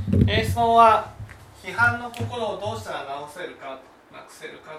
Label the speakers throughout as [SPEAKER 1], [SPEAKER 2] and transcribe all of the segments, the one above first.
[SPEAKER 1] 質問は批判の心をどうしたら直せるか、なくせるか。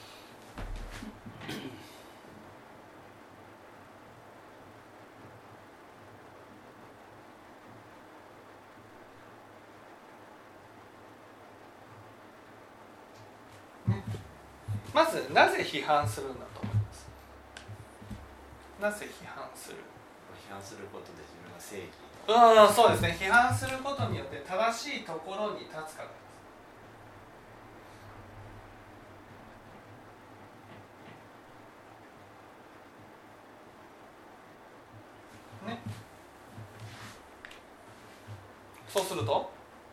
[SPEAKER 1] まずなぜ批判するんだと思います。なぜ批判する？
[SPEAKER 2] 批判することで自分が正義。
[SPEAKER 1] そうですね。批判することによって正しいところに立つからです。ね。そうすると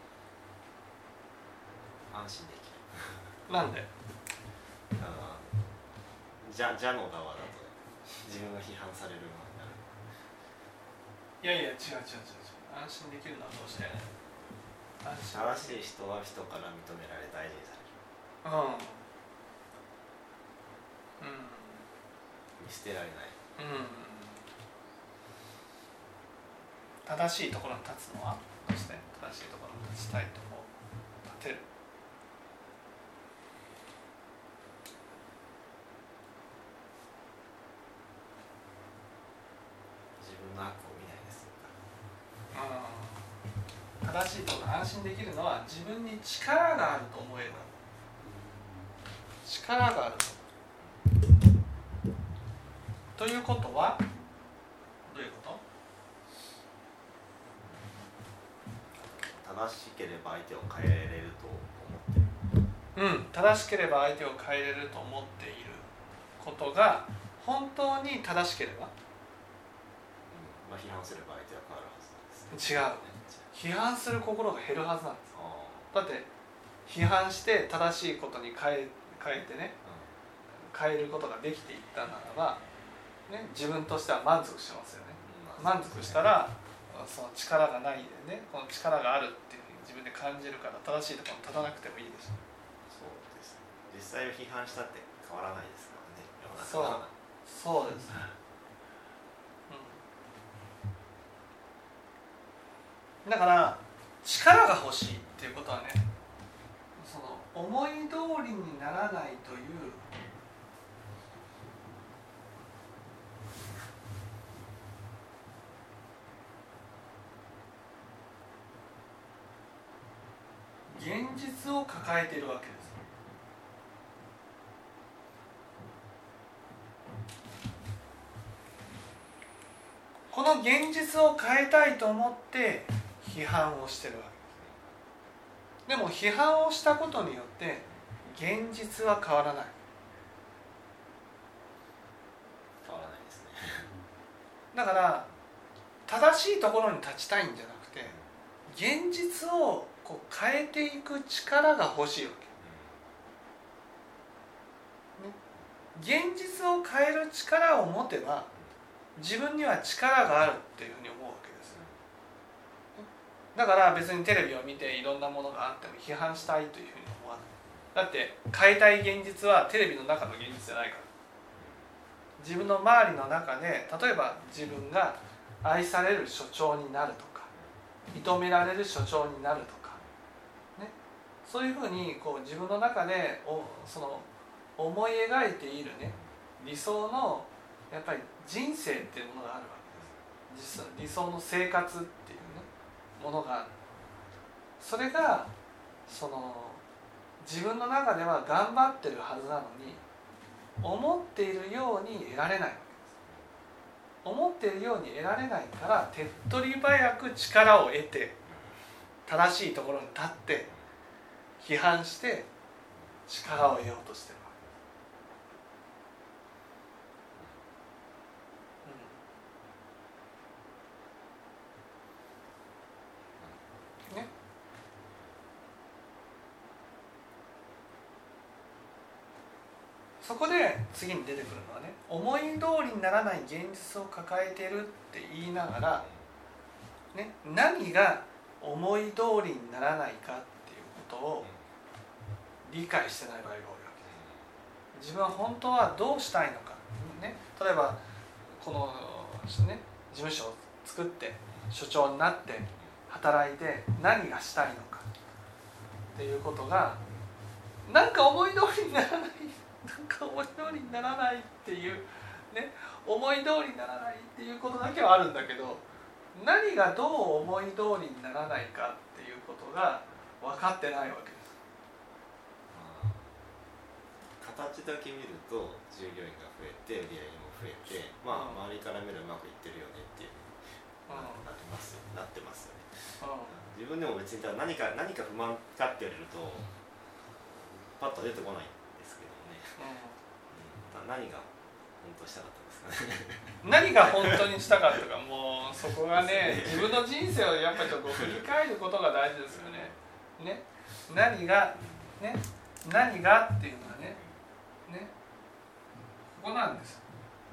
[SPEAKER 2] 安心できる。
[SPEAKER 1] なんで？
[SPEAKER 2] 邪の側だと自分が批判される側になる。
[SPEAKER 1] いやいや、違う。安心できるのはどうして？
[SPEAKER 2] 正しい人は人から認められ、大事にされる。見捨てられない。
[SPEAKER 1] 正しいところに立つのはどうして？正しいところに立ちたいとこう立てる。
[SPEAKER 2] 自分の悪を見ないです
[SPEAKER 1] から。正しいところ、安心できるのは自分に力があると思える。力があるということはどういうこと？
[SPEAKER 2] 正しければ相手を変えれると思ってる。
[SPEAKER 1] 正しければ相手を変えれると思っていることが本当に正しければ、
[SPEAKER 2] 批判すれば相手は変わるはずなんです、
[SPEAKER 1] 違う。批判する心が減るはずなんです。だって批判して正しいことに変えてね、変えることができていったならば、ね、自分としては満足しますよね。満足したらその力がないでね、この力があるっていうふうに自分で感じるから正しいところに立たなくてもいいでしょ。
[SPEAKER 2] そうです。実際を批判したって変わらないですからね。
[SPEAKER 1] そうです。だから力が欲しいっていうことはね、その思い通りにならないという現実を抱えているわけです。この現実を変えたいと思って批判をしてるわけです。でも批判をしたことによって現実は変わらない。
[SPEAKER 2] 変わらないですね。
[SPEAKER 1] だから正しいところに立ちたいんじゃなくて、現実をこう変えていく力が欲しいわけ、ね、現実を変える力を持てば自分には力があるっていうふうに思うわけです。だから別にテレビを見ていろんなものがあっても批判したいというふうに思わない。だって変えたい現実はテレビの中の現実じゃないから。自分の周りの中で、例えば自分が愛される所長になるとか、認められる所長になるとか、ね、そういうふうにこう自分の中でその思い描いているね、理想のやっぱり人生っていうものがあるわけです。理想の生活っていうねものがある。それがその自分の中では頑張ってるはずなのに思っているように得られないわけです。思っているように得られないから手っ取り早く力を得て正しいところに立って批判して力を得ようとしてるわけです。ね。そこで次に出てくるのはね、思い通りにならない現実を抱えているって言いながら、ね、何が思い通りにならないかっていうことを理解してない場合が多いわけです。自分は本当はどうしたいのか、ね、例えばこの、ね、事務所を作って所長になって働いて何がしたいのかっていうことがなんか思い通りにならない、なんか思い通りにならないっていうね、思い通りにならないっていうことだけはあるんだけど、何がどう思い通りにならないかっていうことが分かってないわけです。
[SPEAKER 2] 形だけ見ると従業員が増えて売り上げも増えて、まあ周りから見るとうまくいってるよねっていう、なってますよね。自分でも別に何か不満かって言われるとパッと出てこないんですけどね、何が本当したかったんですかね
[SPEAKER 1] 何が本当にしたかったか、もうそこがね、自分の人生をやっぱりちょっと振り返ることが大事ですよね。何がっていうのはね、ここなんです。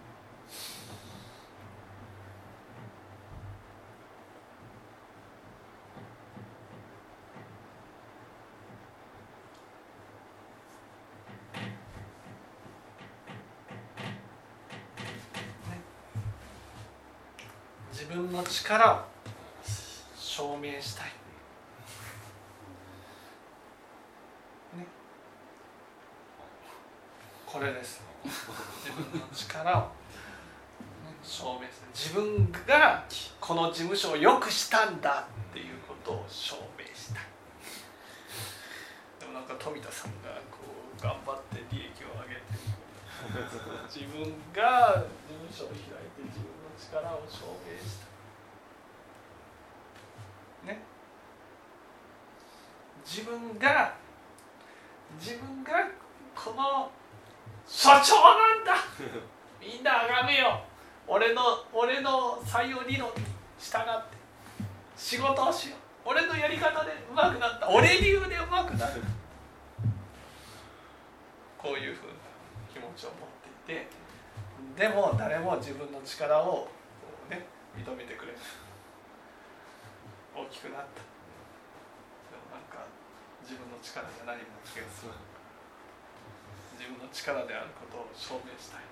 [SPEAKER 1] 自分の力を証明したい、これです。自分の力を、証明する。自分がこの事務所を良くしたんだっていうことを証明したい。でもなんか富田さんがこう頑張って利益を上げて自分が事務所を開いて自分の力を証明したね。自分がこの所長なんだみんなあがめよ、俺の採用理論に従って仕事をしよう、俺のやり方でうまくなった、俺流でうまくなる、こういうふうな気持ちを持っていて、でも誰も自分の力を認めてくれない。大きくなった、でもなんか自分の力じゃないような気がする。自分の力であることを証明したい、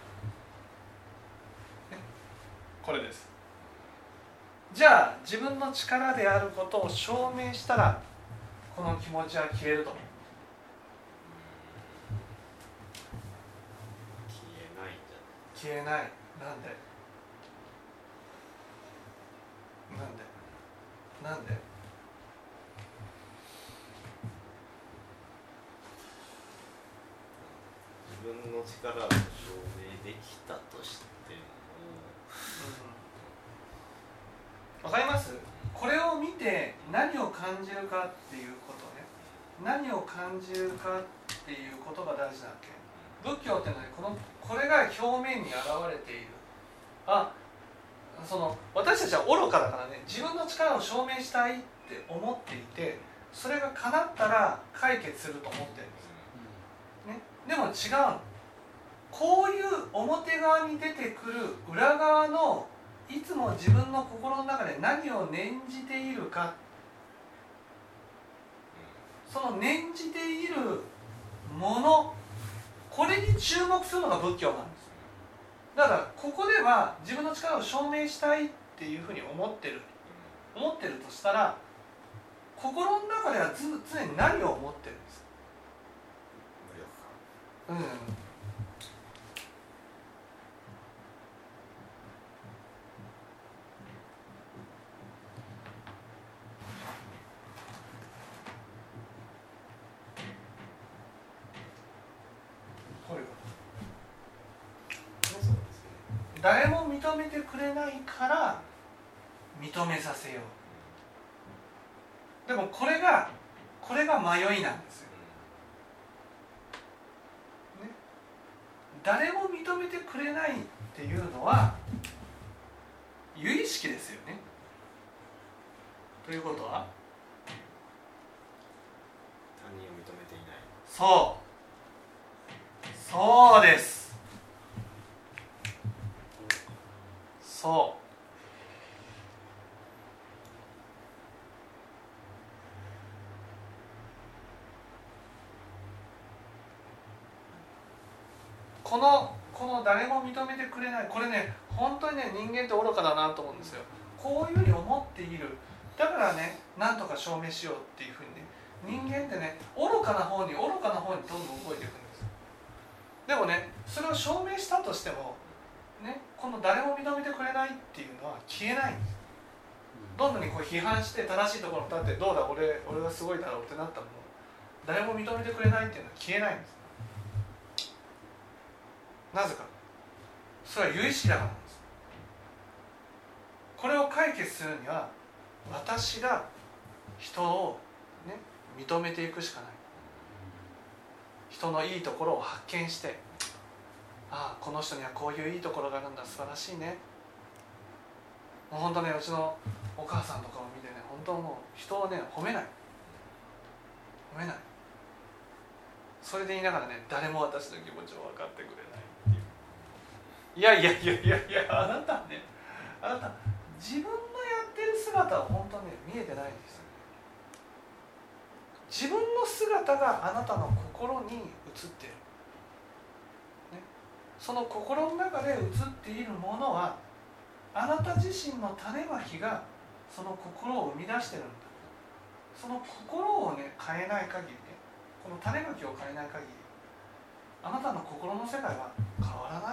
[SPEAKER 1] これです。じゃあ自分の力であることを証明したらこの気持ちは消えると思う。消えない。なんで
[SPEAKER 2] 自分の力を証明できたとして
[SPEAKER 1] も、わかります？これを見て何を感じるかっていうことね。何を感じるかっていうことが大事なわけ。仏教っていうのはこれが表面に現れている。私たちは愚かだからね、自分の力を証明したいって思っていて、それが叶ったら解決すると思ってるんです、でも違う。こういう表側に出てくる裏側のいつも自分の心の中で何を念じているか、その念じているもの、これに注目するのが仏教なんです。だからここでは自分の力を証明したいっていうふうに思ってるとしたら、心の中では常に何を思ってるんですか？誰も認めてくれないから認めさせよう。でもこれが迷いなんですよ、誰も認めてくれないっていうのは由意識ですよね。ということは
[SPEAKER 2] 他人を認めていない。
[SPEAKER 1] そうです。この誰も認めてくれない、これね、本当にね、人間って愚かだなと思うんですよ。こういうふうに思っているだからね、なんとか証明しようっていうふうにね、人間ってね、愚かな方にどんどん動いていくんです。でもね、それを証明したとしてもね、この誰も認めてくれないっていうのは消えないんです。どんどんこう批判して正しいところに立って、どうだ俺はすごいだろうってなったら、もう誰も認めてくれないっていうのは消えないんです。なぜか、それは有意識だからなんです。これを解決するには、私が人を、ね、認めていくしかない。人のいいところを発見して、ああこの人にはこういういいところがあるんだ、素晴らしいね。もう本当ね、うちのお母さんとかを見てね、本当もう人をね褒めない、それで言いながらね、誰も私の気持ちを分かってくれないっていう。いやあなたね、自分のやってる姿を本当ね見えてないんです。自分の姿があなたの心に映っている、ね、その心の中で映っているものは、あなた自身の種まきがその心を生み出してるんだ。その心をね変えない限りね、この種まきを変えない限り、あなたの心の世界は変わらない。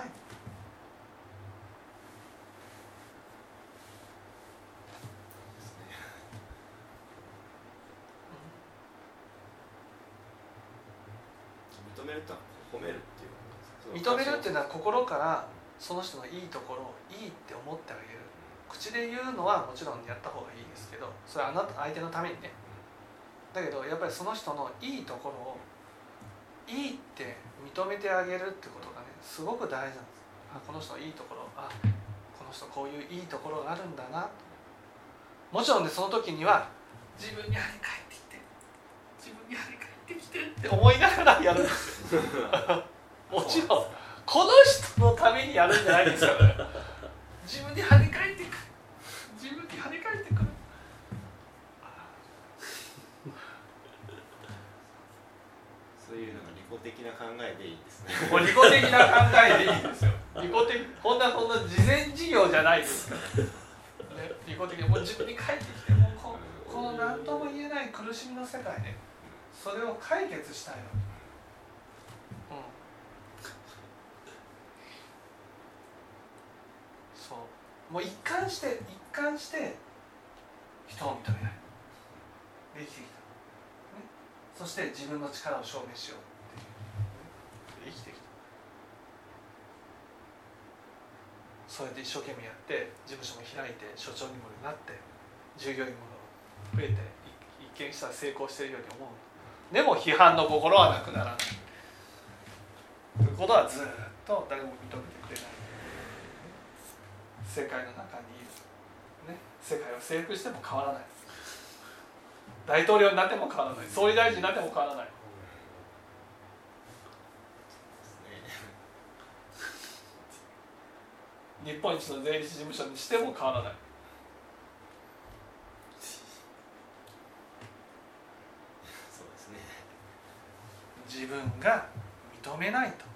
[SPEAKER 2] 認めるとは褒めるっていうことですか？
[SPEAKER 1] 認めるっていうのは心からその人のいいところをいいって思ってあげる。口で言うのはもちろんやった方がいいですけど、それは相手のためにね。だけどやっぱりその人のいいところをいいって認めてあげるってことがね、すごく大事なんです。この人のいいところ、この人こういういいところがあるんだな。もちろんね、その時には自分に跳ね返ってきてって思いながらやるんですよもちろんこの人のためにやるんじゃないですからね。自分に跳ね返ってくる、
[SPEAKER 2] そういうのが利己的な考えでいいんですね。
[SPEAKER 1] もう利己的な考えでいいんですよ。利己的、こんな事前事業じゃないですから、ね、利己的にもう自分に返ってきて、もうこの何とも言えない苦しみの世界ね、それを解決したいわけ。そうもう一貫して人を認めないで生きてきた、ね、そして自分の力を証明しようっていう、ね、生きてきた。そうやって一生懸命やって事務所も開いて所長にもなって従業員も増えて一見したら成功しているように思う。でも批判の心はなくならないということは、ずっと誰も認めてくれない世界の中にいる、ね、世界を征服しても変わらない、大統領になっても変わらない、総理大臣になっても変わらない、日本一の税理士事務所にしても変わらない。
[SPEAKER 2] そうですね。
[SPEAKER 1] 自分が認めないと